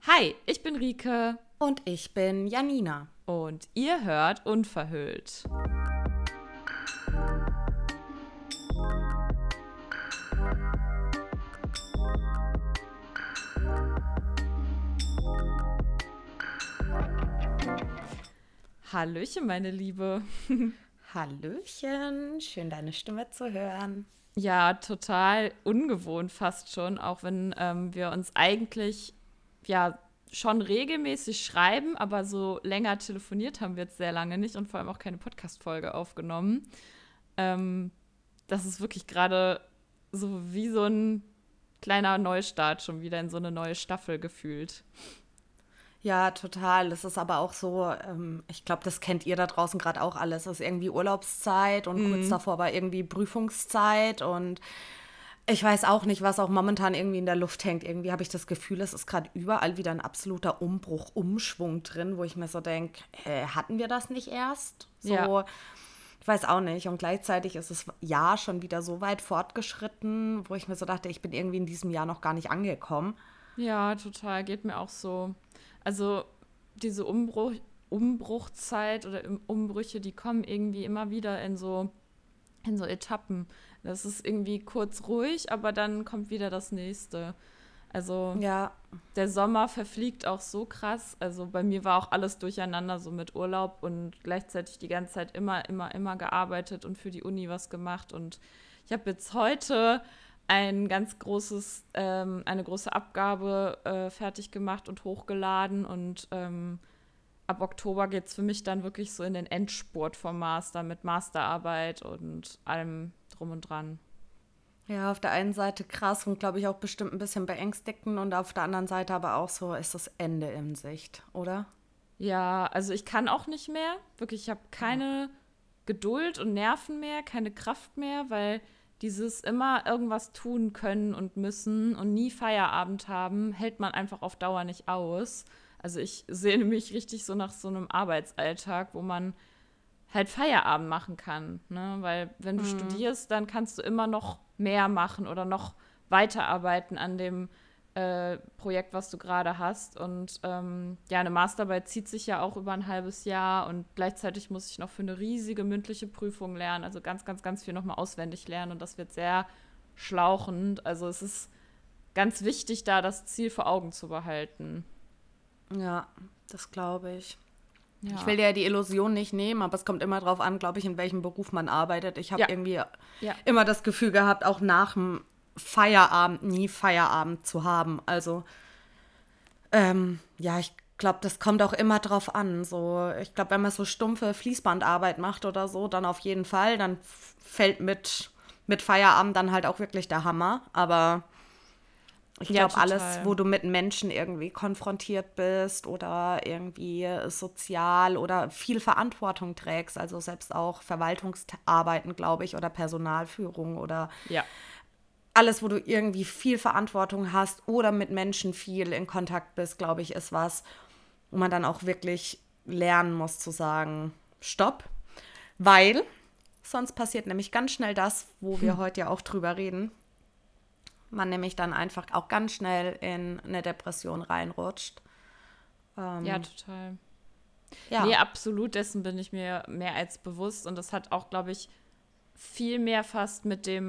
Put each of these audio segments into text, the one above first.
Hi, ich bin Rike Und ich bin Janina. und ihr hört Unverhüllt. Hallöchen, meine Liebe. Hallöchen, schön deine Stimme zu hören. Ja, total ungewohnt fast schon, auch wenn wir uns eigentlich ja schon regelmäßig schreiben, aber so länger telefoniert haben wir jetzt sehr lange nicht und vor allem auch keine Podcast-Folge aufgenommen. Ähm, Das ist wirklich gerade so wie so ein kleiner Neustart schon wieder in so eine neue Staffel gefühlt. Ja, total. Es ist aber auch so, ich glaube, das kennt ihr da draußen gerade auch alles. Es ist irgendwie Urlaubszeit und kurz Mm. davor war irgendwie Prüfungszeit und ich weiß auch nicht, was auch momentan irgendwie in der Luft hängt. Irgendwie habe ich das Gefühl, es ist gerade überall wieder ein absoluter Umbruch, Umschwung drin, wo ich mir so denke, hatten wir das nicht erst? Ja, So, ich weiß auch nicht. Und gleichzeitig ist das Jahr schon wieder so weit fortgeschritten, wo ich mir so dachte, ich bin irgendwie in diesem Jahr noch gar nicht angekommen. ja, total. Geht mir auch so. Also diese Umbruchzeit oder Umbrüche, die kommen irgendwie immer wieder in so Etappen. Das ist irgendwie kurz ruhig, aber dann kommt wieder das nächste. Also Ja, der Sommer verfliegt auch so krass. Also bei mir war auch alles durcheinander, so mit Urlaub und gleichzeitig die ganze Zeit immer gearbeitet und für die Uni was gemacht. Und ich habe jetzt heute eine große Abgabe fertig gemacht und hochgeladen. Und ab Oktober geht es für mich dann wirklich so in den Endspurt vom Master mit Masterarbeit und allem drum und dran. ja, auf der einen Seite krass und glaube ich auch bestimmt ein bisschen beängstigend und auf der anderen Seite aber auch so ist das Ende in Sicht, oder? Ja, also ich kann auch nicht mehr. Wirklich, ich habe keine Geduld und Nerven mehr, keine Kraft mehr, weil dieses immer irgendwas tun können und müssen und nie Feierabend haben, hält man einfach auf Dauer nicht aus. Also ich sehne mich richtig so nach so einem Arbeitsalltag, wo man halt Feierabend machen kann. Ne? Weil wenn du studierst, dann kannst du immer noch mehr machen oder noch weiterarbeiten an dem Projekt, was du gerade hast. Und ja, eine Masterarbeit zieht sich ja auch über ein halbes Jahr und gleichzeitig muss ich noch für eine riesige mündliche Prüfung lernen, also ganz viel nochmal auswendig lernen und das wird sehr schlauchend. Also es ist ganz wichtig, da das Ziel vor Augen zu behalten. Ja, das glaube ich. Ich Ja, will dir ja die Illusion nicht nehmen, aber es kommt immer drauf an, glaube ich, in welchem Beruf man arbeitet. Ich habe ja, irgendwie ja, immer das Gefühl gehabt, auch nach dem Feierabend nie Feierabend zu haben. Also, ja, ich glaube, das kommt auch immer drauf an. So, ich glaube, wenn man so stumpfe Fließbandarbeit macht oder so, dann auf jeden Fall. Dann fällt mit Feierabend dann halt auch wirklich der Hammer. Aber ich ja, glaube, alles, total. wo du mit Menschen irgendwie konfrontiert bist oder irgendwie sozial oder viel Verantwortung trägst, also selbst auch Verwaltungsarbeiten, glaube ich, oder Personalführung oder Ja. alles, wo du irgendwie viel Verantwortung hast oder mit Menschen viel in Kontakt bist, glaube ich, ist was, wo man dann auch wirklich lernen muss zu sagen, stopp, weil sonst passiert nämlich ganz schnell das, wo wir heute ja auch drüber reden, man nämlich dann einfach auch ganz schnell in eine Depression reinrutscht. Ja, total. Nee, Ja, absolut, dessen bin ich mir mehr als bewusst. Und das hat auch, glaube ich, viel mehr fast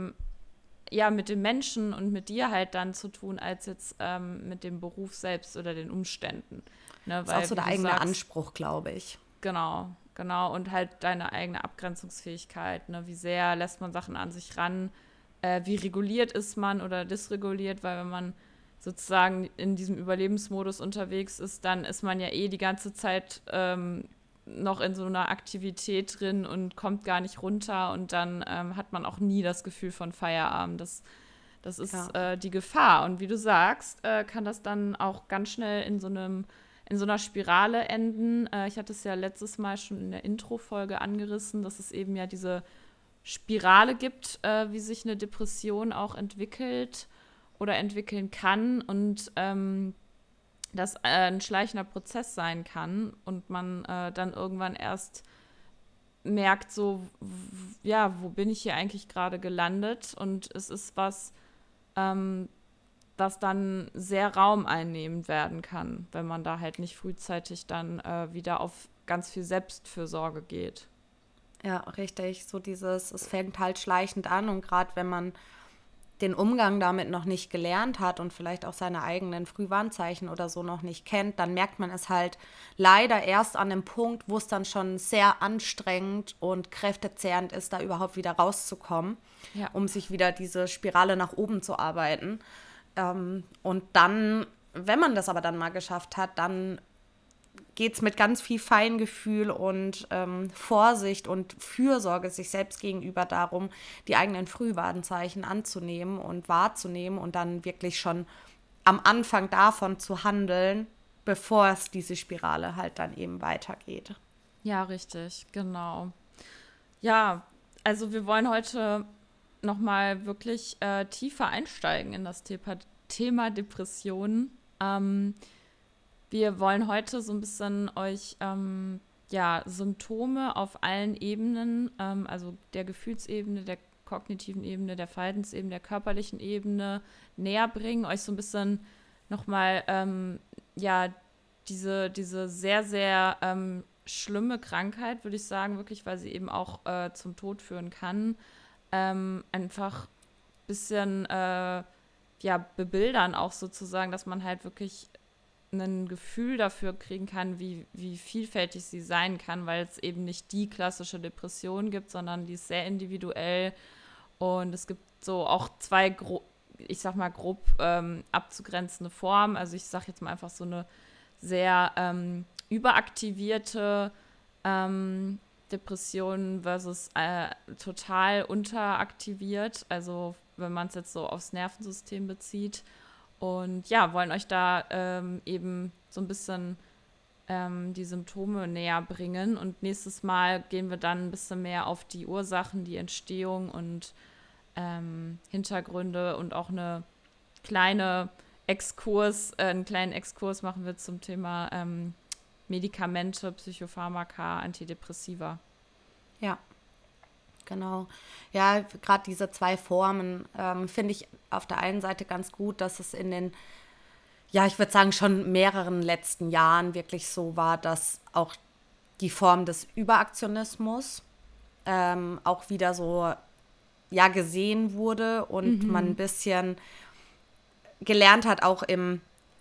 mit dem Menschen und mit dir halt dann zu tun, als jetzt mit dem Beruf selbst oder den Umständen. Ne, ist auch weil, so wie der du eigene sagst, Anspruch, glaube ich. genau. Und halt deine eigene Abgrenzungsfähigkeit. Ne? Wie sehr lässt man Sachen an sich ran? Wie reguliert ist man oder dysreguliert? Weil wenn man sozusagen in diesem Überlebensmodus unterwegs ist, dann ist man ja eh die ganze Zeit noch in so einer Aktivität drin und kommt gar nicht runter und dann hat man auch nie das Gefühl von Feierabend. Das ist Ja. die Gefahr. Und wie du sagst, kann das dann auch ganz schnell in so einer Spirale enden. Ich hatte es ja letztes Mal schon in der Intro-Folge angerissen, dass es eben ja diese Spirale gibt, wie sich eine Depression auch entwickelt oder entwickeln kann und das ein schleichender Prozess sein kann und man dann irgendwann erst merkt, so, ja, wo bin ich hier eigentlich gerade gelandet? Und es ist was, das dann sehr raumeeinnehmend werden kann, wenn man da halt nicht frühzeitig dann wieder auf ganz viel Selbstfürsorge geht. Ja, richtig. So es fängt halt schleichend an und gerade wenn man den Umgang damit noch nicht gelernt hat und vielleicht auch seine eigenen Frühwarnzeichen oder so noch nicht kennt, dann merkt man es halt leider erst an dem Punkt, wo es dann schon sehr anstrengend und kräftezehrend ist, da überhaupt wieder rauszukommen, Ja. um sich wieder diese Spirale nach oben zu arbeiten. Und dann, wenn man das aber dann mal geschafft hat, dann geht es mit ganz viel Feingefühl und Vorsicht und Fürsorge sich selbst gegenüber darum, die eigenen Frühwarnzeichen anzunehmen und wahrzunehmen und dann wirklich schon am Anfang davon zu handeln, bevor es diese Spirale halt dann eben weitergeht. Ja, richtig, genau. Ja, also wir wollen heute nochmal wirklich tiefer einsteigen in das Thema Depressionen. Wir wollen heute so ein bisschen euch Symptome auf allen Ebenen, also der Gefühlsebene, der kognitiven Ebene, der Verhaltensebene, der körperlichen Ebene näher bringen, euch so ein bisschen nochmal diese sehr, sehr schlimme Krankheit, würde ich sagen, wirklich, weil sie eben auch zum Tod führen kann, einfach ein bisschen bebildern auch sozusagen, dass man halt wirklich ein Gefühl dafür kriegen kann, wie vielfältig sie sein kann, weil es eben nicht die klassische Depression gibt, sondern die ist sehr individuell und es gibt so auch zwei, grob abzugrenzende Formen. Also ich sage jetzt mal einfach so eine sehr überaktivierte Depression versus total unteraktiviert, also wenn man es jetzt so aufs Nervensystem bezieht. Und ja, wollen euch da eben so ein bisschen die Symptome näher bringen. Und nächstes Mal gehen wir dann ein bisschen mehr auf die Ursachen, die Entstehung und Hintergründe und auch einen kleinen Exkurs machen wir zum Thema Medikamente, Psychopharmaka, Antidepressiva. Ja, genau. Ja, gerade diese zwei Formen finde ich auf der einen Seite ganz gut, dass es in den, ja, ich würde sagen, schon mehreren letzten Jahren wirklich so war, dass auch die Form des Überaktionismus auch wieder so, ja, gesehen wurde und man ein bisschen gelernt hat, auch im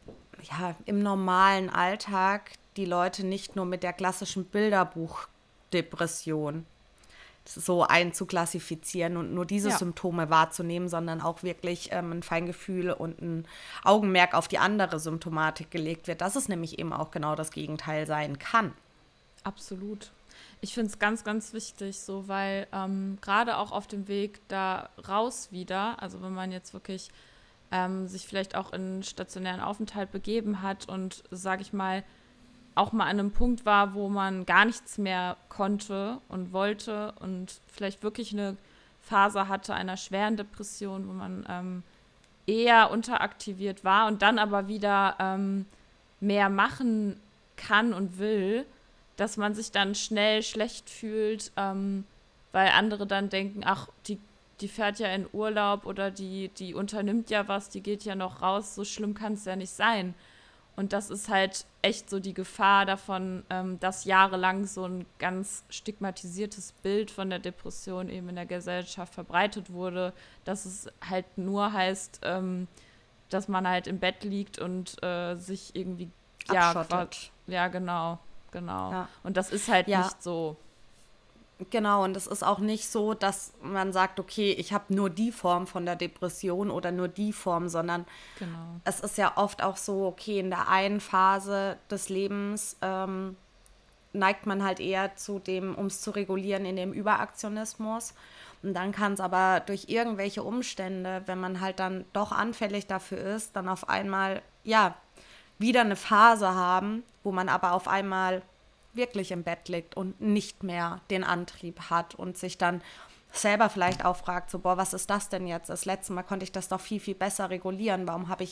normalen Alltag die Leute nicht nur mit der klassischen Bilderbuchdepression so einzuklassifizieren und nur diese Symptome wahrzunehmen, sondern auch wirklich ein Feingefühl und ein Augenmerk auf die andere Symptomatik gelegt wird, dass es nämlich eben auch genau das Gegenteil sein kann. Absolut. Ich finde es ganz, ganz wichtig, so, weil gerade auch auf dem Weg da raus wieder, also wenn man jetzt wirklich sich vielleicht auch in stationären Aufenthalt begeben hat und, sage ich mal, auch mal an einem Punkt war, wo man gar nichts mehr konnte und wollte und vielleicht wirklich eine Phase hatte einer schweren Depression, wo man eher unteraktiviert war und dann aber wieder mehr machen kann und will, dass man sich dann schnell schlecht fühlt, weil andere dann denken, ach, die fährt ja in Urlaub oder die unternimmt ja was, die geht ja noch raus, so schlimm kann es ja nicht sein. Und das ist halt echt so die Gefahr davon, dass jahrelang so ein ganz stigmatisiertes Bild von der Depression eben in der Gesellschaft verbreitet wurde, dass es halt nur heißt, dass man halt im Bett liegt und sich irgendwie abschottet. Ja, genau. Ja. Und das ist halt nicht so. Genau, und es ist auch nicht so, dass man sagt, okay, ich habe nur die Form von der Depression oder nur die Form, sondern es ist ja oft auch so, okay, in der einen Phase des Lebens neigt man halt eher zu dem, um es zu regulieren, in dem Überaktionismus. Und dann kann es aber durch irgendwelche Umstände, wenn man halt dann doch anfällig dafür ist, dann auf einmal, ja, wieder eine Phase haben, wo man aber auf einmal wirklich im Bett liegt und nicht mehr den Antrieb hat und sich dann selber vielleicht auch fragt, so, boah, was ist das denn jetzt? Das letzte Mal konnte ich das doch viel, viel besser regulieren.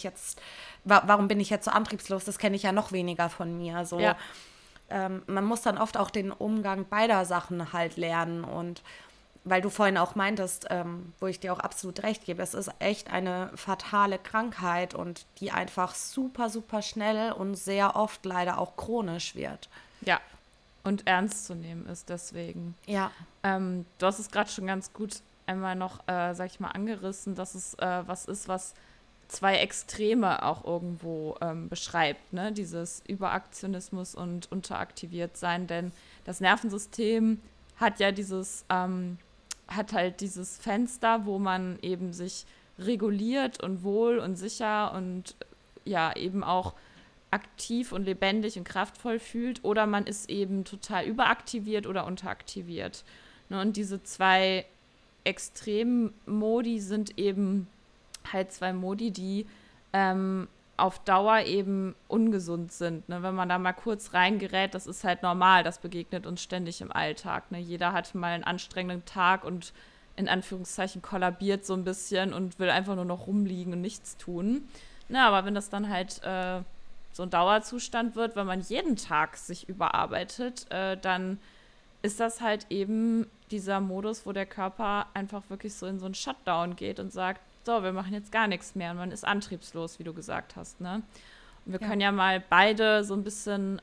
Warum bin ich jetzt so antriebslos? Das kenne ich ja noch weniger von mir. So, man muss dann oft auch den Umgang beider Sachen halt lernen und weil du vorhin auch meintest, wo ich dir auch absolut recht gebe, es ist echt eine fatale Krankheit und die einfach super, super schnell und sehr oft leider auch chronisch wird. Ja, und ernst zu nehmen ist deswegen. Ja. Du hast es gerade schon ganz gut einmal noch, sag ich mal, angerissen, dass es was ist, was zwei Extreme auch irgendwo beschreibt, ne? Dieses Überaktionismus und unteraktiviert sein, denn das Nervensystem hat ja hat halt dieses Fenster, wo man eben sich reguliert und wohl und sicher und ja eben auch aktiv und lebendig und kraftvoll fühlt, oder man ist eben total überaktiviert oder unteraktiviert. Ne? Und diese zwei Extremmodi sind eben halt zwei Modi, die auf Dauer eben ungesund sind. Ne? Wenn man da mal kurz reingerät, das ist halt normal, das begegnet uns ständig im Alltag. Ne? Jeder hat mal einen anstrengenden Tag und in Anführungszeichen kollabiert so ein bisschen und will einfach nur noch rumliegen und nichts tun. Na, aber wenn das dann halt so ein Dauerzustand wird, wenn man jeden Tag sich überarbeitet, dann ist das halt eben dieser Modus, wo der Körper einfach wirklich so in so einen Shutdown geht und sagt, so, wir machen jetzt gar nichts mehr und man ist antriebslos, wie du gesagt hast, ne? Und wir können ja mal beide so ein bisschen,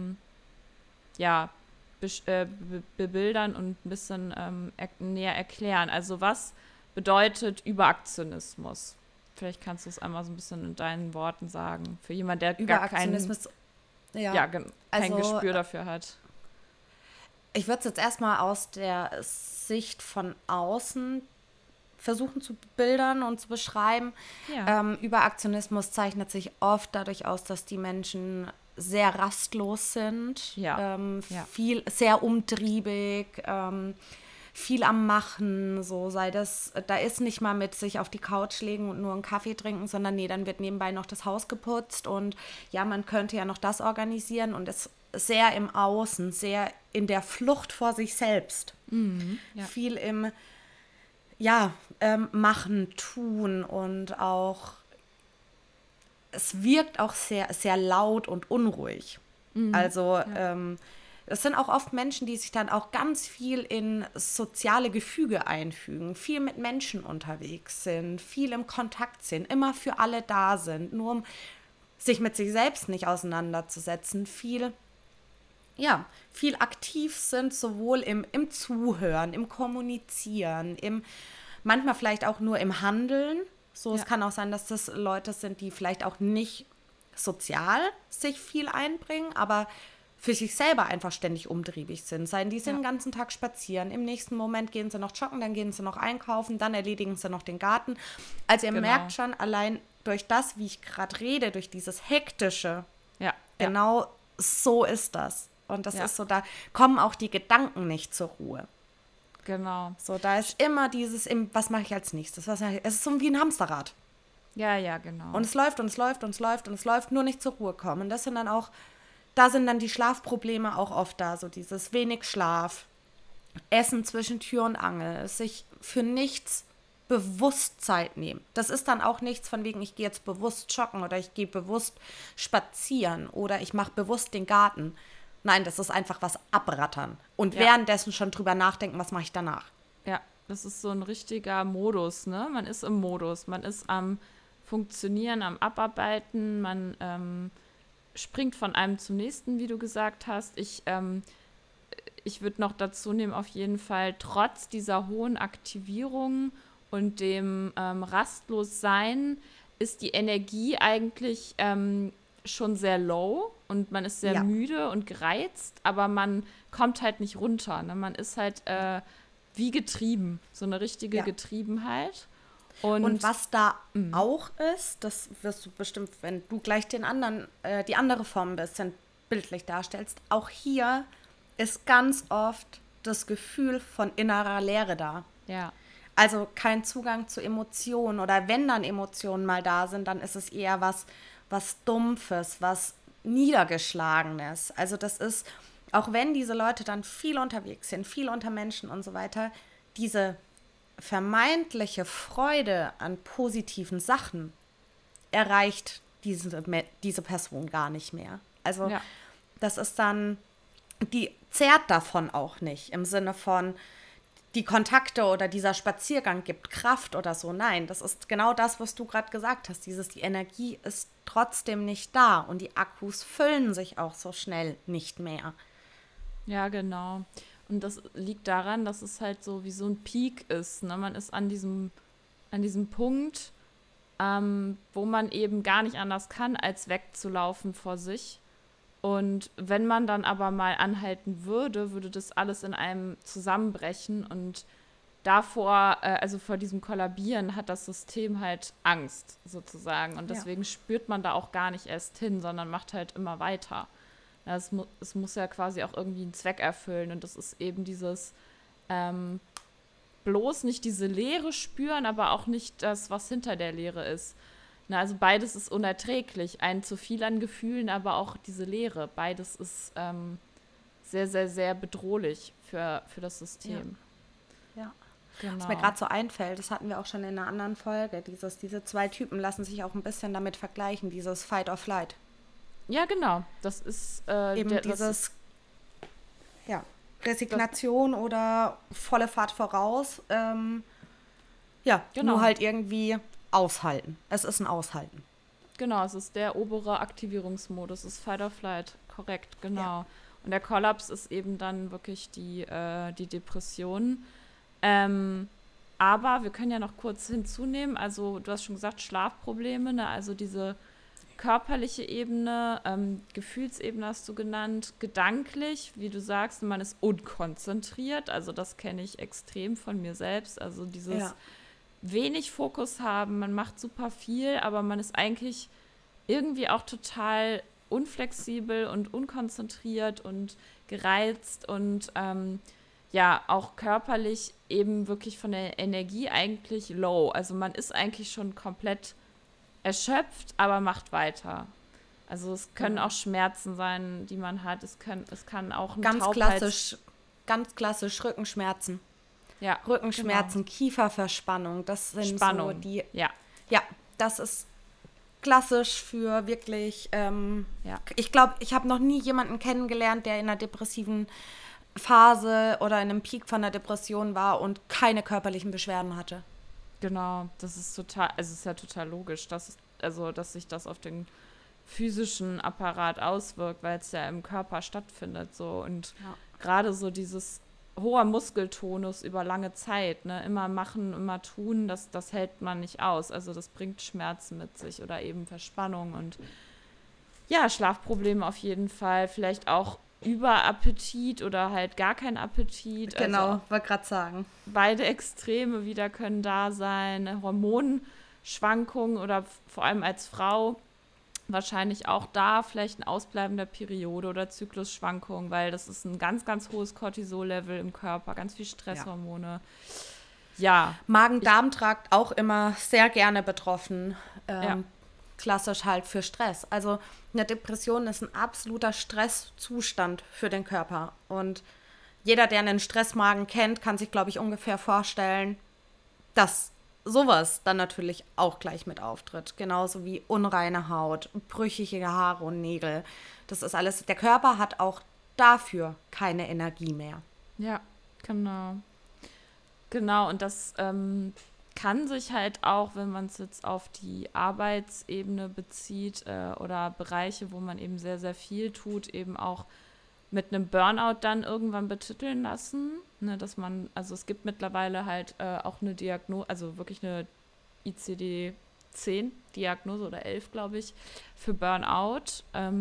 bebildern und ein bisschen näher erklären. Also was bedeutet Überaktionismus? Vielleicht kannst du es einmal so ein bisschen in deinen Worten sagen. Für jemanden, der gar kein Gespür dafür hat. Ich würde es jetzt erstmal aus der Sicht von außen versuchen zu bildern und zu beschreiben. Ja. Überaktionismus zeichnet sich oft dadurch aus, dass die Menschen sehr rastlos sind, sehr umtriebig, viel am Machen, so sei das, da ist nicht mal mit sich auf die Couch legen und nur einen Kaffee trinken, sondern nee, dann wird nebenbei noch das Haus geputzt und ja, man könnte ja noch das organisieren und es sehr im Außen, sehr in der Flucht vor sich selbst. Viel im Machen, Tun und auch es wirkt auch sehr, sehr laut und unruhig. Also das sind auch oft Menschen, die sich dann auch ganz viel in soziale Gefüge einfügen, viel mit Menschen unterwegs sind, viel im Kontakt sind, immer für alle da sind, nur um sich mit sich selbst nicht auseinanderzusetzen, viel aktiv sind, sowohl im Zuhören, im Kommunizieren, manchmal vielleicht auch nur im Handeln. So, es kann auch sein, dass das Leute sind, die vielleicht auch nicht sozial sich viel einbringen, aber für sich selber einfach ständig umtriebig sind. Die sind den ganzen Tag spazieren, im nächsten Moment gehen sie noch joggen, dann gehen sie noch einkaufen, dann erledigen sie noch den Garten. Also ihr merkt schon, allein durch das, wie ich gerade rede, durch dieses Hektische, genau so ist das. Und das ist so, da kommen auch die Gedanken nicht zur Ruhe. Genau. So, da ist immer dieses, was mache ich als nächstes? Es ist so wie ein Hamsterrad. Ja, genau. Und es läuft und es läuft und es läuft und es läuft, nur nicht zur Ruhe kommen. Und das sind dann auch, da sind dann die Schlafprobleme auch oft da, so dieses wenig Schlaf, Essen zwischen Tür und Angel, sich für nichts bewusst Zeit nehmen. Das ist dann auch nichts von wegen, ich gehe jetzt bewusst joggen oder ich gehe bewusst spazieren oder ich mache bewusst den Garten. Nein, das ist einfach was abrattern und währenddessen schon drüber nachdenken, was mache ich danach. Ja, das ist so ein richtiger Modus, ne? Man ist im Modus, man ist am Funktionieren, am Abarbeiten, man springt von einem zum nächsten, wie du gesagt hast. Ich würde noch dazu nehmen, auf jeden Fall, trotz dieser hohen Aktivierung und dem Rastlossein ist die Energie eigentlich schon sehr low und man ist sehr müde und gereizt, aber man kommt halt nicht runter. Ne? Man ist halt wie getrieben, so eine richtige Getriebenheit. Und was da auch ist, das wirst du bestimmt, wenn du gleich die andere Form ein bisschen bildlich darstellst, auch hier ist ganz oft das Gefühl von innerer Leere da. Ja. Also kein Zugang zu Emotionen oder wenn dann Emotionen mal da sind, dann ist es eher was Dumpfes, was Niedergeschlagenes. Also das ist, auch wenn diese Leute dann viel unterwegs sind, viel unter Menschen und so weiter, diese vermeintliche Freude an positiven Sachen erreicht diese Person gar nicht mehr. Also das ist dann, die zehrt davon auch nicht, im Sinne von, die Kontakte oder dieser Spaziergang gibt Kraft oder so. Nein, das ist genau das, was du gerade gesagt hast. Die Energie ist trotzdem nicht da und die Akkus füllen sich auch so schnell nicht mehr. Ja, genau. Und das liegt daran, dass es halt so wie so ein Peak ist. Ne? Man ist an diesem Punkt, wo man eben gar nicht anders kann, als wegzulaufen vor sich. Und wenn man dann aber mal anhalten würde, würde das alles in einem zusammenbrechen. Und davor, also vor diesem Kollabieren, hat das System halt Angst sozusagen. Und Ja. deswegen spürt man da auch gar nicht erst hin, sondern macht halt immer weiter. Ja, es muss ja quasi auch irgendwie einen Zweck erfüllen. Und das ist eben dieses ähm, bloß nicht diese Leere spüren, aber auch nicht das, was hinter der Leere ist. Na, also beides ist unerträglich. Ein zu viel an Gefühlen, aber auch diese Leere. Beides ist sehr, sehr, sehr bedrohlich für das System. Ja. Was Genau. mir gerade so einfällt, das hatten wir auch schon in einer anderen Folge, diese zwei Typen lassen sich auch ein bisschen damit vergleichen, dieses Fight or Flight. Ja, genau. Das ist Eben dieses, ja, Resignation oder volle Fahrt voraus. Ja, genau. nur halt irgendwie aushalten. Es ist ein Aushalten. Genau, es ist der obere Aktivierungsmodus, es ist Fight or Flight, korrekt, genau. Ja. Und der Kollaps ist eben dann wirklich die Depression. Aber wir können ja noch kurz hinzunehmen, also du hast schon gesagt, Schlafprobleme, ne? Also diese körperliche Ebene, Gefühlsebene hast du genannt, gedanklich, wie du sagst, man ist unkonzentriert, also das kenne ich extrem von mir selbst, also dieses Ja. wenig Fokus haben, man macht super viel, aber man ist eigentlich irgendwie auch total unflexibel und unkonzentriert und gereizt und ja, auch körperlich eben wirklich von der Energie eigentlich low. Also man ist eigentlich schon komplett erschöpft, aber macht weiter. Also es können auch Schmerzen sein, die man hat. Es kann auch ein Ganz klassisch Rückenschmerzen. Ja, Rückenschmerzen, genau. Kieferverspannung, das sind Spannung. so die, Ja, ja, das ist klassisch für wirklich, ja. ich glaube, ich habe noch nie jemanden kennengelernt, der in einer depressiven Phase oder in einem Peak von der Depression war und keine körperlichen Beschwerden hatte. Genau, das ist total, also es ist ja total logisch, dass sich das auf den physischen Apparat auswirkt, weil es ja im Körper stattfindet, so und Ja. gerade so dieses hoher Muskeltonus über lange Zeit, ne, immer machen, immer tun, das hält man nicht aus, also das bringt Schmerzen mit sich oder eben Verspannung und ja, Schlafprobleme auf jeden Fall, vielleicht auch Überappetit oder halt gar kein Appetit, Genau, wollte gerade sagen. beide Extreme wieder können da sein. Hormonschwankungen oder vor allem als Frau wahrscheinlich auch da vielleicht ein Ausbleiben der Periode oder Zyklusschwankungen, weil das ist ein ganz, ganz hohes Cortisol-Level im Körper, ganz viel Stresshormone. Ja, Magen-Darm-Trakt auch immer sehr gerne betroffen. ja, Klassisch halt für Stress. Also eine Depression ist ein absoluter Stresszustand für den Körper. Und jeder, der einen Stressmagen kennt, kann sich, glaube ich, ungefähr vorstellen, dass sowas dann natürlich auch gleich mit auftritt. Genauso wie unreine Haut, brüchige Haare und Nägel. Das ist alles. Der Körper hat auch dafür keine Energie mehr. ja, genau. Genau, und das kann sich halt auch, wenn man es jetzt auf die Arbeitsebene bezieht oder Bereiche, wo man eben sehr, sehr viel tut, eben auch mit einem Burnout dann irgendwann betiteln lassen. Ne, dass man, also es gibt mittlerweile halt auch eine Diagnose, also wirklich eine ICD-10-Diagnose oder 11, glaube ich, für Burnout,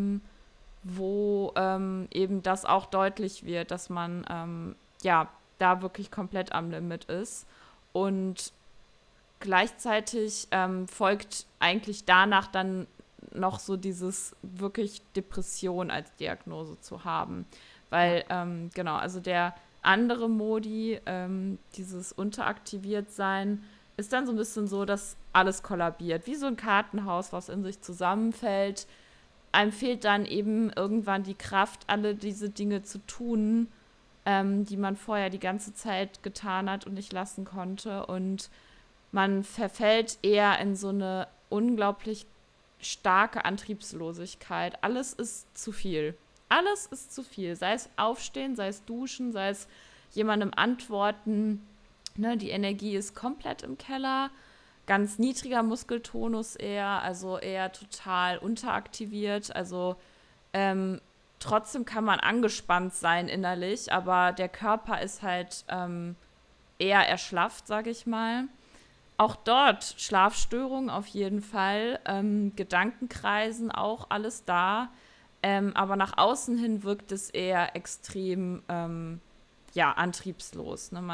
wo eben das auch deutlich wird, dass man ja da wirklich komplett am Limit ist. Und gleichzeitig folgt eigentlich danach dann noch so dieses wirklich Depression als Diagnose zu haben. Weil, genau, also der andere Modi, dieses unteraktiviert sein, ist dann so ein bisschen so, dass alles kollabiert. Wie so ein Kartenhaus, was in sich zusammenfällt. Einem fehlt dann eben irgendwann die Kraft, alle diese Dinge zu tun, die man vorher die ganze Zeit getan hat und nicht lassen konnte. Und man verfällt eher in so eine unglaublich starke Antriebslosigkeit. Alles ist zu viel. Alles ist zu viel. Sei es aufstehen, sei es duschen, sei es jemandem antworten, ne, die Energie ist komplett im Keller, ganz niedriger Muskeltonus eher, also eher total unteraktiviert, also trotzdem kann man angespannt sein innerlich, aber der Körper ist halt eher erschlafft, sage ich mal. Auch dort Schlafstörungen auf jeden Fall, Gedankenkreisen auch alles da, aber nach außen hin wirkt es eher extrem antriebslos. Ne?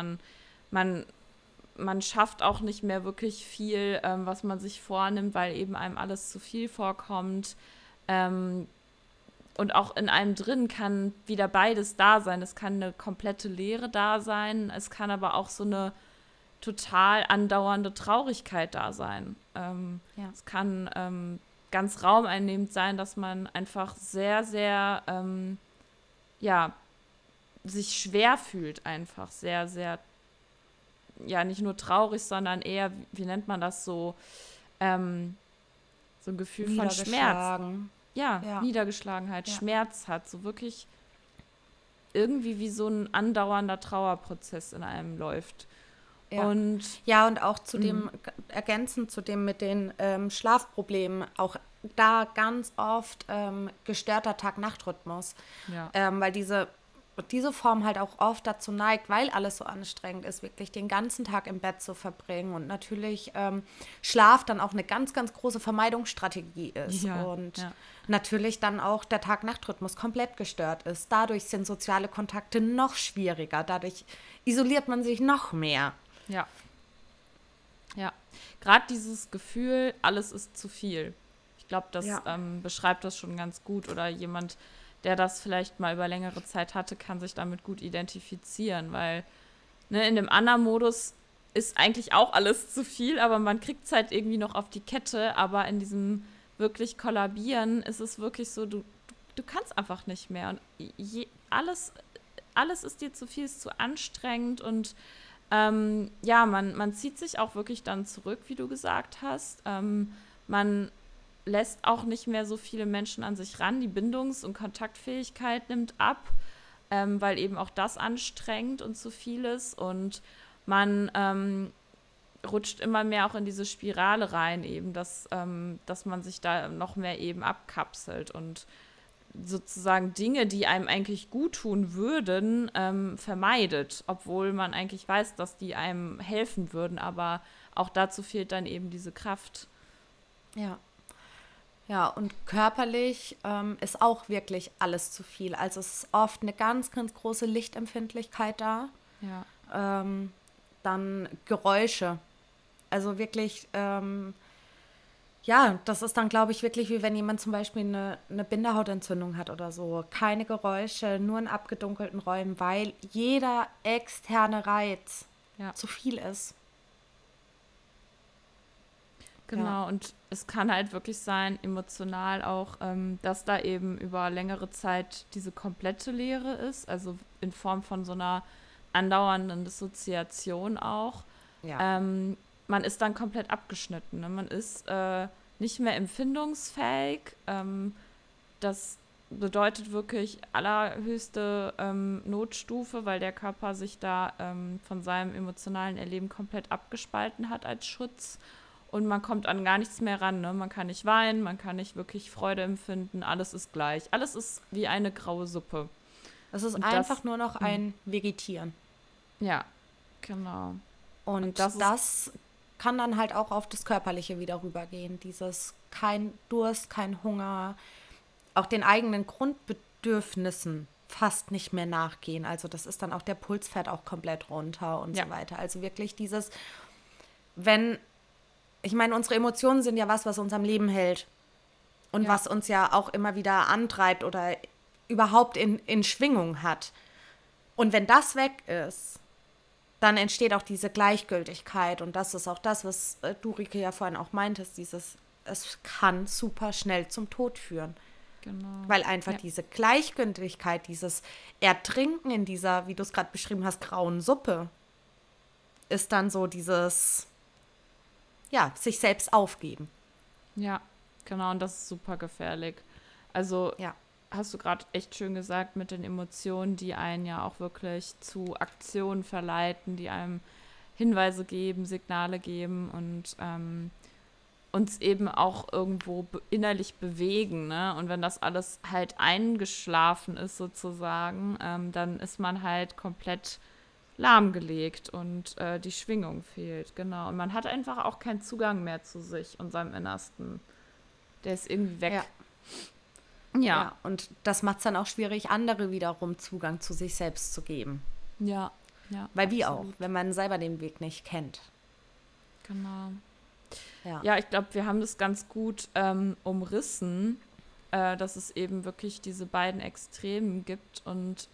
Man schafft auch nicht mehr wirklich viel, was man sich vornimmt, weil eben einem alles zu viel vorkommt. Und auch in einem drin kann wieder beides da sein. Es kann eine komplette Leere da sein, es kann aber auch so eine total andauernde Traurigkeit da sein. Es kann ganz raumeinnehmend sein, dass man einfach sehr, sehr, sich schwer fühlt einfach. Sehr, sehr, nicht nur traurig, sondern eher, wie nennt man das so, so ein Gefühl von Schmerz. Niedergeschlagenheit, Schmerz hat. So wirklich irgendwie wie so ein andauernder Trauerprozess in einem läuft. Ja. Und auch zu dem, ergänzend zu dem mit den Schlafproblemen, auch da ganz oft gestörter Tag-Nacht-Rhythmus. Weil diese Form halt auch oft dazu neigt, weil alles so anstrengend ist, wirklich den ganzen Tag im Bett zu verbringen und natürlich Schlaf dann auch eine ganz, ganz große Vermeidungsstrategie ist und natürlich dann auch der Tag-Nacht-Rhythmus komplett gestört ist. Dadurch sind soziale Kontakte noch schwieriger, dadurch isoliert man sich noch mehr. Ja. Gerade dieses Gefühl, alles ist zu viel. Ich glaube, das beschreibt das schon ganz gut. Oder jemand, der das vielleicht mal über längere Zeit hatte, kann sich damit gut identifizieren. Weil in dem anderen Modus ist eigentlich auch alles zu viel, aber man kriegt es halt irgendwie noch auf die Kette. Aber in diesem wirklich Kollabieren ist es wirklich so, du kannst einfach nicht mehr. Und alles ist dir zu viel, ist zu anstrengend und man zieht sich auch wirklich dann zurück, wie du gesagt hast. Man lässt auch nicht mehr so viele Menschen an sich ran. Die Bindungs- und Kontaktfähigkeit nimmt ab, weil eben auch das anstrengend und zu viel ist. Und man rutscht immer mehr auch in diese Spirale rein, eben, dass man sich da noch mehr eben abkapselt und sozusagen Dinge, die einem eigentlich gut tun würden, vermeidet, obwohl man eigentlich weiß, dass die einem helfen würden, aber auch dazu fehlt dann eben diese Kraft. Ja, und körperlich ist auch wirklich alles zu viel. Also es ist oft eine ganz, ganz große Lichtempfindlichkeit da. Dann Geräusche. Also wirklich das ist dann, glaube ich, wirklich wie wenn jemand zum Beispiel eine Bindehautentzündung hat oder so. Keine Geräusche, nur in abgedunkelten Räumen, weil jeder externe Reiz zu viel ist. Genau, und es kann halt wirklich sein, emotional auch, dass da eben über längere Zeit diese komplette Leere ist, also in Form von so einer andauernden Dissoziation auch. Man ist dann komplett abgeschnitten. Ne? Man ist nicht mehr empfindungsfähig. Das bedeutet wirklich allerhöchste Notstufe, weil der Körper sich da von seinem emotionalen Erleben komplett abgespalten hat als Schutz. Und man kommt an gar nichts mehr ran. Ne? Man kann nicht weinen, man kann nicht wirklich Freude empfinden. Alles ist gleich. Alles ist wie eine graue Suppe. Es ist einfach nur noch ein Vegetieren. Ja, genau. Und das kann dann halt auch auf das Körperliche wieder rübergehen. Dieses kein Durst, kein Hunger, auch den eigenen Grundbedürfnissen fast nicht mehr nachgehen. Also das ist dann auch, der Puls fährt auch komplett runter und so weiter. Also wirklich dieses, ich meine, unsere Emotionen sind ja was uns am Leben hält und was uns ja auch immer wieder antreibt oder überhaupt in Schwingung hat. Und wenn das weg ist, dann entsteht auch diese Gleichgültigkeit und das ist auch das, was du, Rike, ja vorhin auch meintest, es kann super schnell zum Tod führen. Genau. Weil einfach diese Gleichgültigkeit, dieses Ertrinken in dieser, wie du es gerade beschrieben hast, grauen Suppe, ist dann so dieses, sich selbst aufgeben. Ja, genau, und das ist super gefährlich. Also hast du gerade echt schön gesagt, mit den Emotionen, die einen ja auch wirklich zu Aktionen verleiten, die einem Hinweise geben, Signale geben und uns eben auch irgendwo innerlich bewegen, ne? Und wenn das alles halt eingeschlafen ist sozusagen, dann ist man halt komplett lahmgelegt und die Schwingung fehlt, genau. Und man hat einfach auch keinen Zugang mehr zu sich und seinem Innersten. Der ist irgendwie weg. Ja. Ja, und das macht es dann auch schwierig, andere wiederum Zugang zu sich selbst zu geben. Ja, ja. Weil wie auch, absolut. wenn man selber den Weg nicht kennt. Genau. Ja, Ja, ich glaube, wir haben das ganz gut umrissen, dass es eben wirklich diese beiden Extremen gibt. Und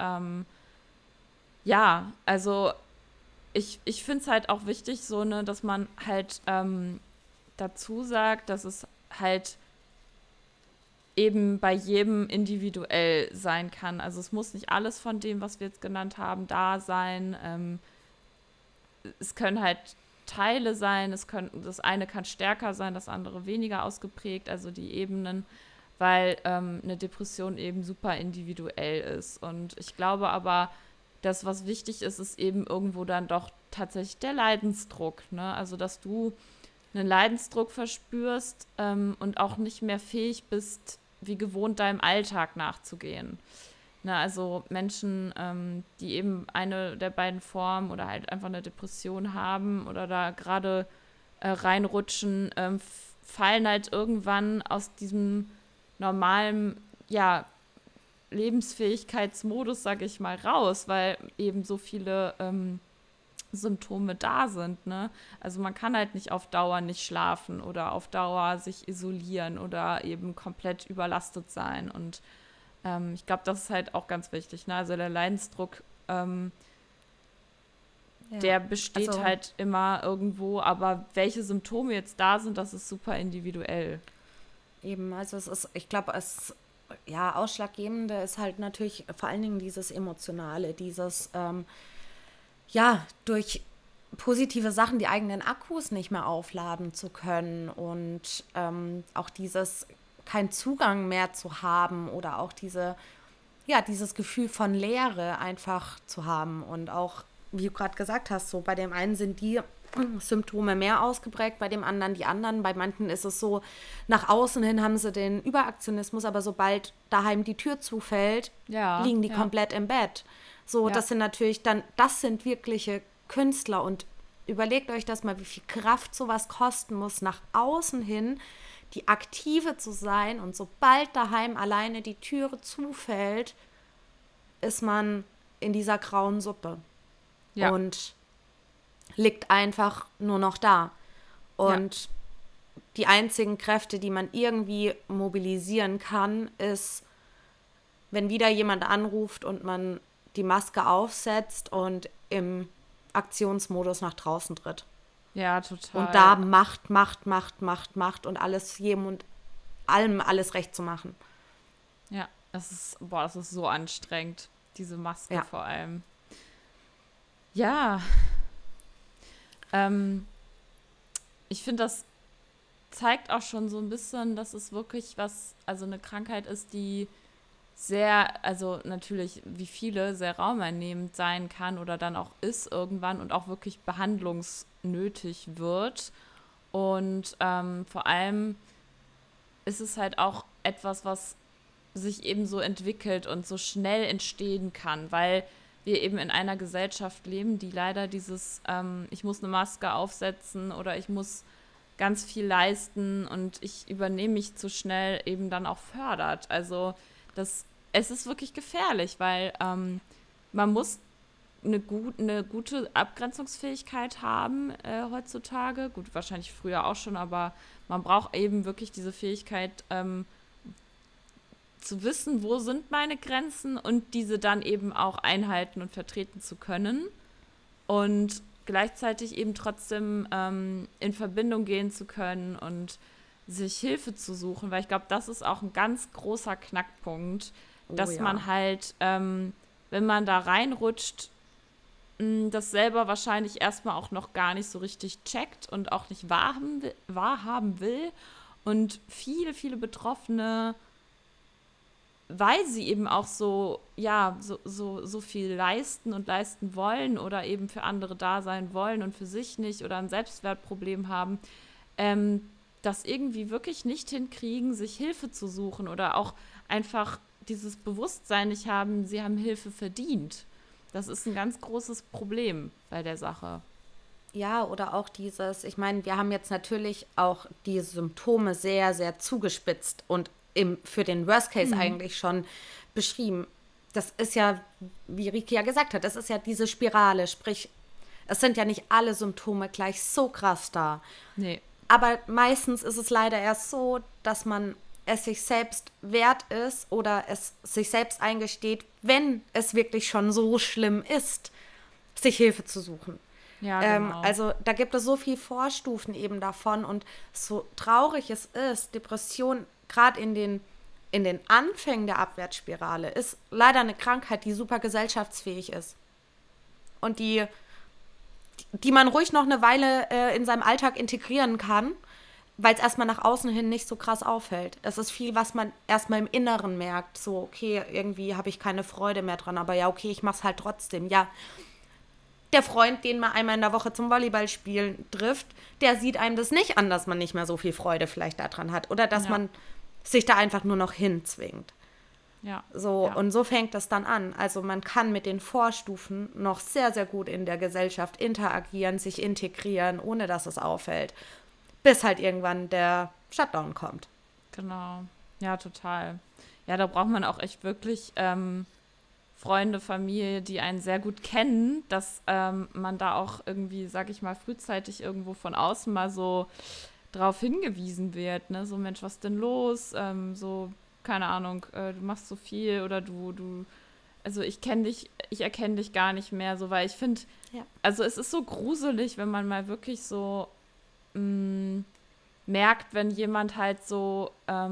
ja, also ich finde es halt auch wichtig, so, ne, dass man halt dazu sagt, dass es halt eben bei jedem individuell sein kann. Also es muss nicht alles von dem, was wir jetzt genannt haben, da sein. Es können halt Teile sein, das eine kann stärker sein, das andere weniger ausgeprägt, also die Ebenen, weil eine Depression eben super individuell ist. Und ich glaube aber, das, was wichtig ist, ist eben irgendwo dann doch tatsächlich der Leidensdruck, ne? Also dass du einen Leidensdruck verspürst und auch nicht mehr fähig bist, wie gewohnt deinem Alltag nachzugehen. Na, also Menschen, die eben eine der beiden Formen oder halt einfach eine Depression haben oder da gerade reinrutschen, fallen halt irgendwann aus diesem normalen, ja, Lebensfähigkeitsmodus, sag ich mal, raus, weil eben so viele Symptome da sind, ne? Also man kann halt nicht auf Dauer nicht schlafen oder auf Dauer sich isolieren oder eben komplett überlastet sein. Und ich glaube, das ist halt auch ganz wichtig, ne? Also der Leidensdruck, der besteht also halt immer irgendwo, aber welche Symptome jetzt da sind, das ist super individuell. eben, also es ist, ich glaube, ja, Ausschlaggebende ist halt natürlich vor allen Dingen dieses Emotionale, dieses, ja, durch positive Sachen die eigenen Akkus nicht mehr aufladen zu können und auch dieses keinen Zugang mehr zu haben oder auch ja, dieses Gefühl von Leere einfach zu haben und auch, wie du gerade gesagt hast, so bei dem einen sind die Symptome mehr ausgeprägt, bei dem anderen die anderen. Bei manchen ist es so, nach außen hin haben sie den Überaktionismus, aber sobald daheim die Tür zufällt, Ja, liegen die ja, komplett im Bett. So, ja, das sind natürlich dann, das sind wirkliche Künstler und überlegt euch das mal, wie viel Kraft sowas kosten muss, nach außen hin die Aktive zu sein und sobald daheim alleine die Türe zufällt, ist man in dieser grauen Suppe ja, und liegt einfach nur noch da. ja, Und die einzigen Kräfte, die man irgendwie mobilisieren kann, ist, wenn wieder jemand anruft und man die Maske aufsetzt und im Aktionsmodus nach draußen tritt. ja, Und da total. macht und alles jedem und allem alles recht zu machen. Ja, das ist so anstrengend, diese Maske Ja, vor allem. Ja, ähm, ich finde, das zeigt auch schon so ein bisschen, dass es wirklich also eine Krankheit ist, die sehr, also natürlich wie viele, sehr raumeinnehmend sein kann oder dann auch ist irgendwann und auch wirklich behandlungsnötig wird. Und vor allem ist es halt auch etwas, was sich eben so entwickelt und so schnell entstehen kann, weil wir eben in einer Gesellschaft leben, die leider ich muss eine Maske aufsetzen oder ich muss ganz viel leisten und ich übernehme mich zu schnell eben dann auch fördert. Also es ist wirklich gefährlich, weil man muss eine gute Abgrenzungsfähigkeit haben heutzutage. Gut, wahrscheinlich früher auch schon, aber man braucht eben wirklich diese Fähigkeit, zu wissen, wo sind meine Grenzen und diese dann eben auch einhalten und vertreten zu können und gleichzeitig eben trotzdem in Verbindung gehen zu können und sich Hilfe zu suchen, weil ich glaube, das ist auch ein ganz großer Knackpunkt, oh dass man ja. halt, wenn man da reinrutscht, das selber wahrscheinlich erstmal auch noch gar nicht so richtig checkt und auch nicht wahrhaben will und viele, viele Betroffene weil sie eben auch so, ja, so viel leisten und leisten wollen oder eben für andere da sein wollen und für sich nicht oder ein Selbstwertproblem haben, das irgendwie wirklich nicht hinkriegen, sich Hilfe zu suchen oder auch einfach dieses Bewusstsein nicht haben, sie haben Hilfe verdient. Das ist ein ganz großes Problem bei der Sache. Ja, oder auch dieses, ich meine, wir haben jetzt natürlich auch die Symptome sehr, sehr zugespitzt und für den Worst Case eigentlich schon beschrieben. Das ist ja, wie Riki ja gesagt hat, das ist ja diese Spirale, sprich, es sind ja nicht alle Symptome gleich so krass da. Nee. Aber meistens ist es leider erst so, dass man es sich selbst wert ist oder es sich selbst eingesteht, wenn es wirklich schon so schlimm ist, sich Hilfe zu suchen. Ja, genau. Also da gibt es so viele Vorstufen eben davon und so traurig es ist, Depression gerade in den Anfängen der Abwärtsspirale ist leider eine Krankheit, die super gesellschaftsfähig ist und die man ruhig noch eine Weile in seinem Alltag integrieren kann, weil es erstmal nach außen hin nicht so krass auffällt. Es ist viel, was man erstmal im Inneren merkt. So, okay, irgendwie habe ich keine Freude mehr dran, aber ja, okay, ich mache es halt trotzdem. Ja, der Freund, den man einmal in der Woche zum Volleyballspielen trifft, der sieht einem das nicht an, dass man nicht mehr so viel Freude vielleicht daran hat. Oder dass man sich da einfach nur noch hinzwingt. Ja. So, ja. und so fängt das dann an. Also man kann mit den Vorstufen noch sehr, sehr gut in der Gesellschaft interagieren, sich integrieren, ohne dass es auffällt. Bis halt irgendwann der Shutdown kommt. Genau. Ja, total. Ja, da braucht man auch echt wirklich Freunde, Familie, die einen sehr gut kennen, dass man da auch irgendwie, sag ich mal, frühzeitig irgendwo von außen mal so drauf hingewiesen wird. Ne? So, Mensch, was ist denn los? So, keine Ahnung, du machst so viel oder also ich erkenne dich gar nicht mehr, so, weil ich finde, also es ist so gruselig, wenn man mal wirklich so merkt, wenn jemand halt so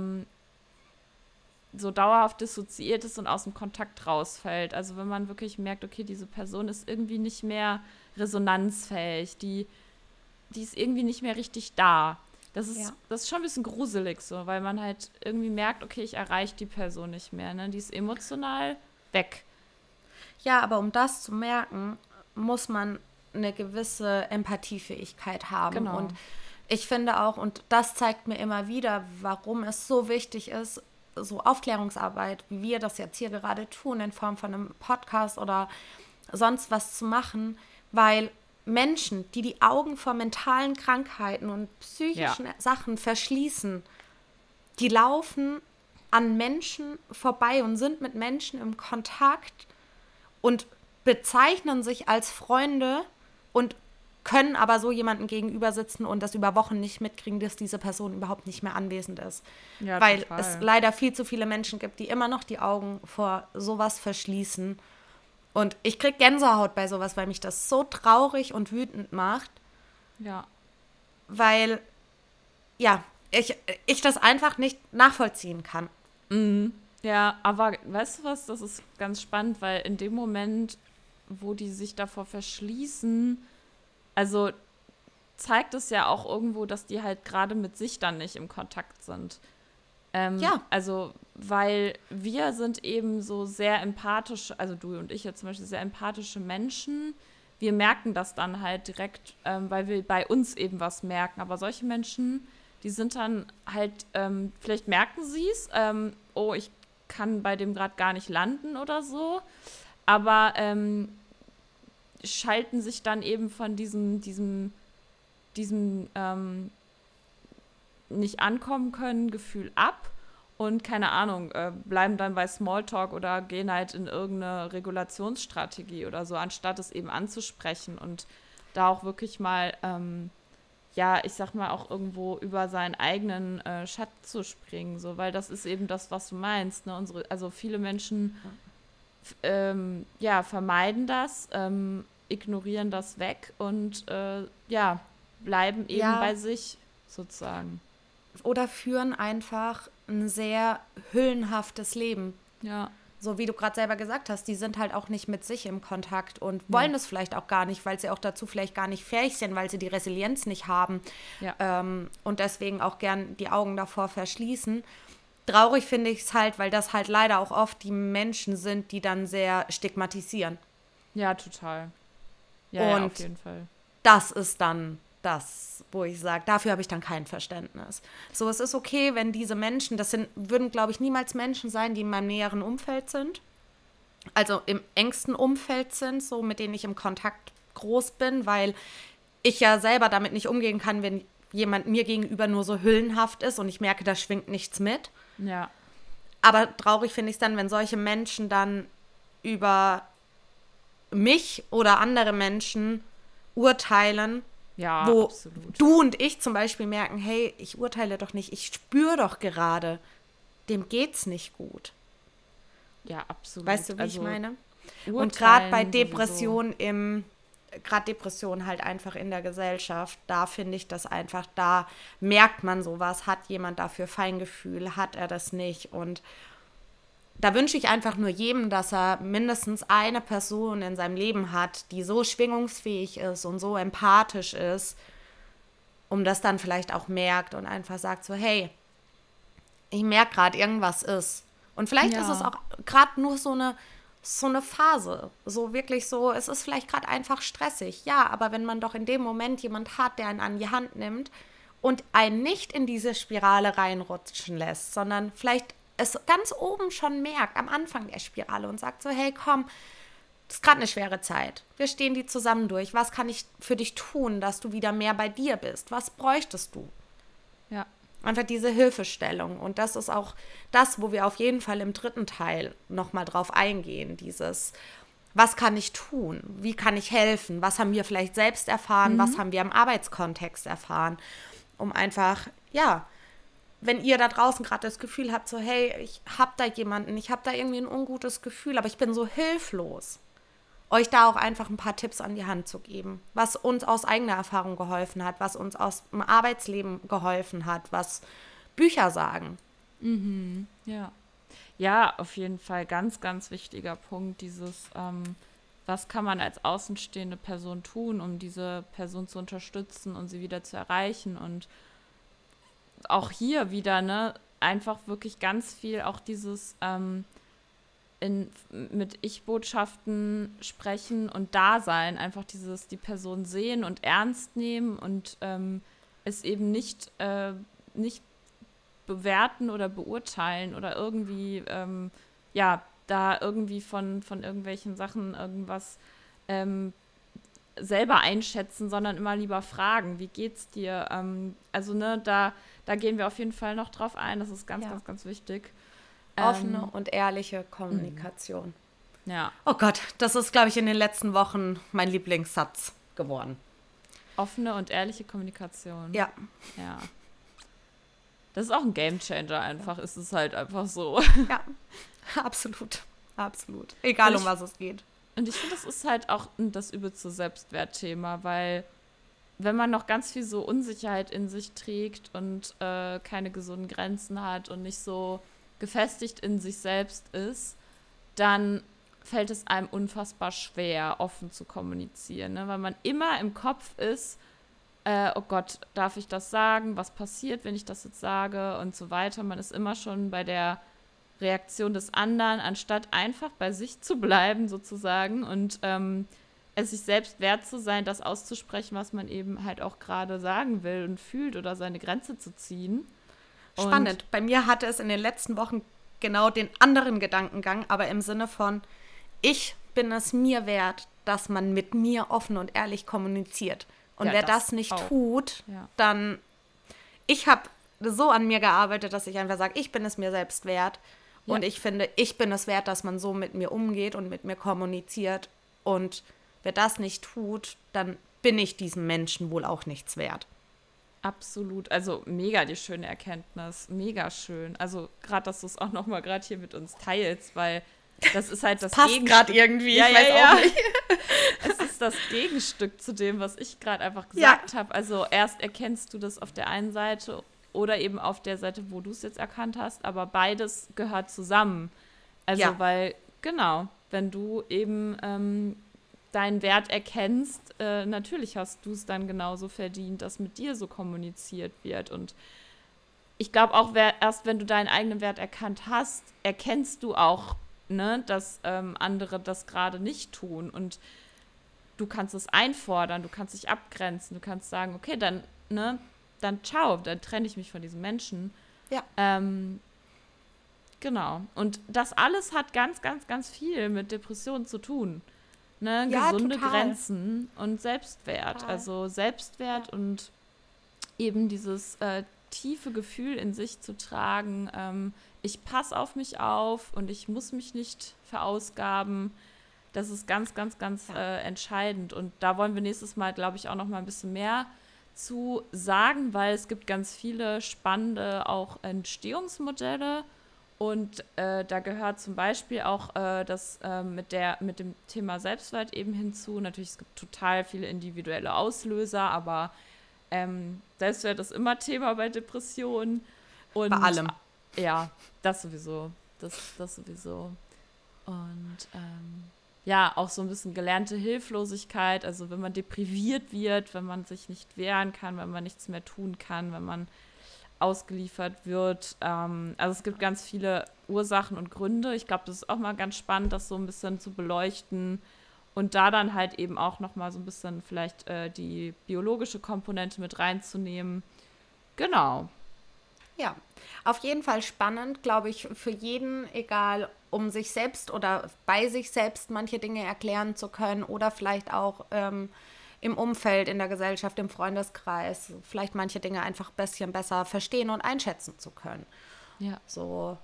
dauerhaft dissoziiert ist und aus dem Kontakt rausfällt. Also wenn man wirklich merkt, okay, diese Person ist irgendwie nicht mehr resonanzfähig, die ist irgendwie nicht mehr richtig da. Das ist schon ein bisschen gruselig so, weil man halt irgendwie merkt, okay, ich erreiche die Person nicht mehr, ne? Die ist emotional weg. Ja, aber um das zu merken, muss man eine gewisse Empathiefähigkeit haben. Genau. Und ich finde auch, und das zeigt mir immer wieder, warum es so wichtig ist, so Aufklärungsarbeit, wie wir das jetzt hier gerade tun, in Form von einem Podcast oder sonst was zu machen, weil Menschen, die die Augen vor mentalen Krankheiten und psychischen Sachen verschließen, die laufen an Menschen vorbei und sind mit Menschen im Kontakt und bezeichnen sich als Freunde und können aber so jemandem gegenüber sitzen und das über Wochen nicht mitkriegen, dass diese Person überhaupt nicht mehr anwesend ist. Ja, weil total. es leider viel zu viele Menschen gibt, die immer noch die Augen vor sowas verschließen. Und ich krieg Gänsehaut bei sowas, weil mich das so traurig und wütend macht. Ja. Weil, ja, ich das einfach nicht nachvollziehen kann. Mhm. Ja, aber weißt du was, das ist ganz spannend, weil in dem Moment, wo die sich davor verschließen, also zeigt es ja auch irgendwo, dass die halt gerade mit sich dann nicht im Kontakt sind. Also, weil wir sind eben so sehr empathisch, also du und ich jetzt zum Beispiel sehr empathische Menschen. Wir merken das dann halt direkt, weil wir bei uns eben was merken. Aber solche Menschen, die sind dann halt, vielleicht merken sie es, oh, ich kann bei dem gerade gar nicht landen oder so. Aber schalten sich dann eben von diesem nicht ankommen können Gefühl ab und keine Ahnung, bleiben dann bei Smalltalk oder gehen halt in irgendeine Regulationsstrategie oder so, anstatt es eben anzusprechen und da auch wirklich mal, ich sag mal, auch irgendwo über seinen eigenen Schatten zu springen, so, weil das ist eben das, was du meinst, ne? Also viele Menschen vermeiden das, ignorieren das weg und bleiben eben bei sich sozusagen. Oder führen einfach ein sehr hüllenhaftes Leben. Ja. So wie du gerade selber gesagt hast, die sind halt auch nicht mit sich im Kontakt und wollen das vielleicht auch gar nicht, weil sie auch dazu vielleicht gar nicht fähig sind, weil sie die Resilienz nicht haben und deswegen auch gern die Augen davor verschließen. traurig finde ich es halt, weil das halt leider auch oft die Menschen sind, die dann sehr stigmatisieren. Ja, total. Ja, auf Und jeden Fall. das ist dann das, wo ich sage, dafür habe ich dann kein Verständnis. So, es ist okay, wenn diese Menschen, würden, glaube ich, niemals Menschen sein, die in meinem näheren Umfeld sind. Also im engsten Umfeld sind, so mit denen ich im Kontakt groß bin, weil ich ja selber damit nicht umgehen kann, wenn jemand mir gegenüber nur so hüllenhaft ist und ich merke, da schwingt nichts mit. Ja. Aber traurig finde ich es dann, wenn solche Menschen dann über mich oder andere Menschen urteilen, Ja, wo absolut. du und ich zum Beispiel merken, hey, ich urteile doch nicht, ich spüre doch gerade, dem geht's nicht gut. Ja, absolut. Weißt du, wie ich Also meine? Und gerade bei urteilen sowieso. Depressionen halt einfach in der Gesellschaft, da finde ich das einfach, da merkt man sowas, hat jemand dafür Feingefühl, hat er das nicht und da wünsche ich einfach nur jedem, dass er mindestens eine Person in seinem Leben hat, die so schwingungsfähig ist und so empathisch ist, um das dann vielleicht auch merkt und einfach sagt so, hey, ich merke gerade, irgendwas ist. Und vielleicht ist es Ja. auch gerade nur so eine Phase. So wirklich so, es ist vielleicht gerade einfach stressig. Ja, aber wenn man doch in dem Moment jemand hat, der einen an die Hand nimmt und einen nicht in diese Spirale reinrutschen lässt, sondern vielleicht es ganz oben schon merkt, am Anfang der Spirale und sagt so, hey, komm, das ist gerade eine schwere Zeit. Wir stehen die zusammen durch. Was kann ich für dich tun, dass du wieder mehr bei dir bist? Was bräuchtest du? Ja. Einfach diese Hilfestellung. Und das ist auch das, wo wir auf jeden Fall im dritten Teil nochmal drauf eingehen. Dieses, was kann ich tun? Wie kann ich helfen? Was haben wir vielleicht selbst erfahren? Was haben wir im Arbeitskontext erfahren? Um einfach, ja, wenn ihr da draußen gerade das Gefühl habt, so, hey, ich habe da jemanden, ich habe da irgendwie ein ungutes Gefühl, aber ich bin so hilflos, euch da auch einfach ein paar Tipps an die Hand zu geben, was uns aus eigener Erfahrung geholfen hat, was uns aus dem Arbeitsleben geholfen hat, was Bücher sagen. Ja. Ja, auf jeden Fall ganz, ganz wichtiger Punkt, was kann man als außenstehende Person tun, um diese Person zu unterstützen und sie wieder zu erreichen. Und auch hier wieder, ne, einfach wirklich ganz viel auch mit Ich-Botschaften sprechen und da sein, einfach die Person sehen und ernst nehmen und es eben nicht bewerten oder beurteilen oder irgendwie, ja, da irgendwie von irgendwelchen Sachen irgendwas ähm, selber einschätzen, sondern immer lieber fragen, wie geht's dir? Also, ne, da gehen wir auf jeden Fall noch drauf ein. Das ist ganz, Ja. ganz, ganz wichtig. Offene und ehrliche Kommunikation. Ja, Oh Gott, das ist, glaube ich, in den letzten Wochen mein Lieblingssatz geworden. offene und ehrliche Kommunikation. Ja, Ja. Das ist auch ein Gamechanger einfach, ist es halt einfach so. ja, absolut. Absolut. Egal, um was es geht. Und ich finde, das ist halt auch das übelste Selbstwertthema, weil wenn man noch ganz viel so Unsicherheit in sich trägt und keine gesunden Grenzen hat und nicht so gefestigt in sich selbst ist, dann fällt es einem unfassbar schwer, offen zu kommunizieren, ne? Weil man immer im Kopf ist, oh Gott, darf ich das sagen? Was passiert, wenn ich das jetzt sage? Und so weiter. Man ist immer schon bei der Reaktion des anderen, anstatt einfach bei sich zu bleiben, sozusagen, und es sich selbst wert zu sein, das auszusprechen, was man eben halt auch gerade sagen will und fühlt oder seine Grenze zu ziehen. Spannend. Bei mir hatte es in den letzten Wochen genau den anderen Gedankengang, aber im Sinne von, ich bin es mir wert, dass man mit mir offen und ehrlich kommuniziert. Und Ja, wer das das nicht auch. tut, Ja. dann, ich habe so an mir gearbeitet, dass ich einfach sage, ich bin es mir selbst wert. Ja. Und ich finde, ich bin es wert, dass man so mit mir umgeht und mit mir kommuniziert. Und wer das nicht tut, dann bin ich diesem Menschen wohl auch nichts wert. Absolut. Also mega die schöne Erkenntnis. Mega schön. Also gerade, dass du es auch nochmal gerade hier mit uns teilst, weil das ist halt das Passt gerade irgendwie, Ja, ich ja, weiß ja. auch nicht. Es ist das Gegenstück zu dem, was ich gerade einfach gesagt habe. Also erst erkennst du das auf der einen Seite oder eben auf der Seite, wo du es jetzt erkannt hast, aber beides gehört zusammen. Also Ja. weil, genau, wenn du eben deinen Wert erkennst, natürlich hast du es dann genauso verdient, dass mit dir so kommuniziert wird. Und ich glaube auch, erst wenn du deinen eigenen Wert erkannt hast, erkennst du auch, ne, dass andere das gerade nicht tun. Und du kannst es einfordern, du kannst dich abgrenzen, du kannst sagen, okay, dann, ne, dann ciao, dann trenne ich mich von diesem Menschen. Ja. Genau. Und das alles hat ganz, ganz, ganz viel mit Depressionen zu tun. Ne? Ja, Gesunde total. Grenzen und Selbstwert. Total. Also Selbstwert und eben dieses tiefe Gefühl in sich zu tragen, ich passe auf mich auf und ich muss mich nicht verausgaben. Das ist ganz, ganz, ganz entscheidend. Und da wollen wir nächstes Mal, glaube ich, auch noch mal ein bisschen mehr zu sagen, weil es gibt ganz viele spannende auch Entstehungsmodelle. Und da gehört zum Beispiel auch das mit dem Thema Selbstwert eben hinzu. Natürlich, es gibt total viele individuelle Auslöser, aber Selbstwert ist immer Thema bei Depressionen. Und, Bei allem. Ja, das sowieso. Das sowieso. Und ja, auch so ein bisschen gelernte Hilflosigkeit. Also wenn man depriviert wird, wenn man sich nicht wehren kann, wenn man nichts mehr tun kann, wenn man ausgeliefert wird. Also es gibt ganz viele Ursachen und Gründe. Ich glaube, das ist auch mal ganz spannend, das so ein bisschen zu beleuchten und da dann halt eben auch noch mal so ein bisschen vielleicht die biologische Komponente mit reinzunehmen. Genau. Ja, auf jeden Fall spannend, glaube ich, für jeden, egal um sich selbst oder bei sich selbst manche Dinge erklären zu können oder vielleicht auch im Umfeld, in der Gesellschaft, im Freundeskreis, vielleicht manche Dinge einfach ein bisschen besser verstehen und einschätzen zu können. Ja. So,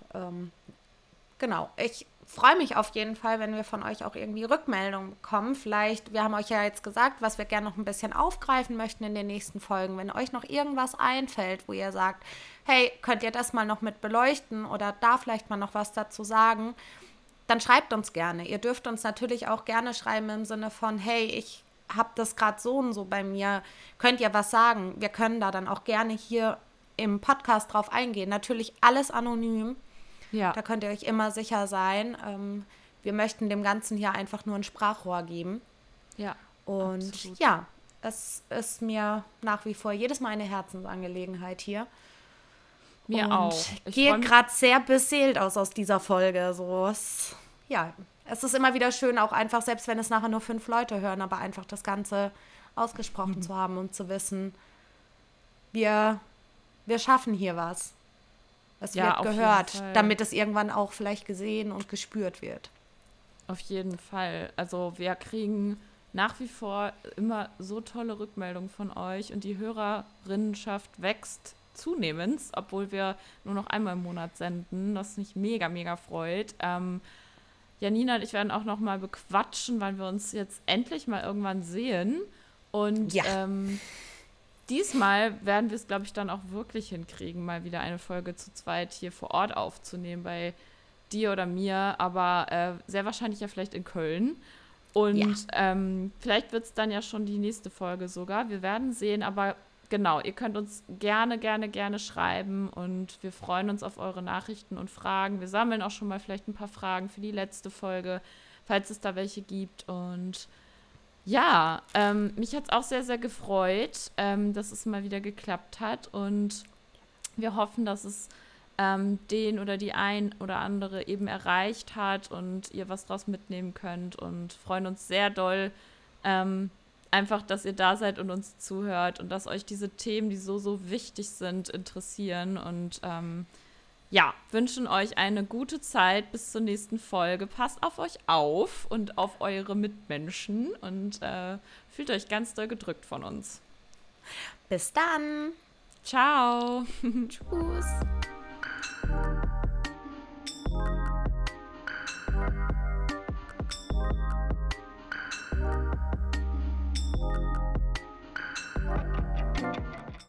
genau. Ich freue mich auf jeden Fall, wenn wir von euch auch irgendwie Rückmeldungen bekommen. Vielleicht, wir haben euch ja jetzt gesagt, was wir gerne noch ein bisschen aufgreifen möchten in den nächsten Folgen. Wenn euch noch irgendwas einfällt, wo ihr sagt, hey, könnt ihr das mal noch mit beleuchten oder da vielleicht mal noch was dazu sagen, dann schreibt uns gerne. Ihr dürft uns natürlich auch gerne schreiben im Sinne von, hey, ich habe das gerade so und so bei mir, könnt ihr was sagen? Wir können da dann auch gerne hier im Podcast drauf eingehen. Natürlich alles anonym. Ja. Da könnt ihr euch immer sicher sein. Wir möchten dem Ganzen hier einfach nur ein Sprachrohr geben. Ja. Und absolut. ja, es ist mir nach wie vor jedes Mal eine Herzensangelegenheit hier. Mir und auch. Ich gehe freu mich- gerade sehr beseelt aus dieser Folge. So, es ist immer wieder schön, auch einfach, selbst wenn es nachher nur 5 Leute hören, aber einfach das Ganze ausgesprochen zu haben und zu wissen, wir schaffen hier was. Es Ja, wird auf jeden gehört, Fall. damit es irgendwann auch vielleicht gesehen und gespürt wird. Auf jeden Fall. Also wir kriegen nach wie vor immer so tolle Rückmeldungen von euch und die Hörerinnenschaft wächst zunehmend, obwohl wir nur noch einmal im Monat senden, das mich mega, mega freut. Janina und ich werden auch noch mal bequatschen, weil wir uns jetzt endlich mal irgendwann sehen. Und Ja. diesmal werden wir es, glaube ich, dann auch wirklich hinkriegen, mal wieder eine Folge zu zweit hier vor Ort aufzunehmen, bei dir oder mir, aber sehr wahrscheinlich ja vielleicht in Köln. Und vielleicht wird es dann ja schon die nächste Folge sogar. Wir werden sehen, aber genau, ihr könnt uns gerne, gerne, gerne schreiben und wir freuen uns auf eure Nachrichten und Fragen. Wir sammeln auch schon mal vielleicht ein paar Fragen für die letzte Folge, falls es da welche gibt. Und ja, mich hat es auch sehr, sehr gefreut, dass es mal wieder geklappt hat und wir hoffen, dass es den oder die ein oder andere eben erreicht hat und ihr was draus mitnehmen könnt und freuen uns sehr doll, einfach, dass ihr da seid und uns zuhört und dass euch diese Themen, die so, so wichtig sind, interessieren und ja, wünschen euch eine gute Zeit bis zur nächsten Folge. Passt auf euch auf und auf eure Mitmenschen und fühlt euch ganz doll gedrückt von uns. Bis dann. Ciao. Tschüss.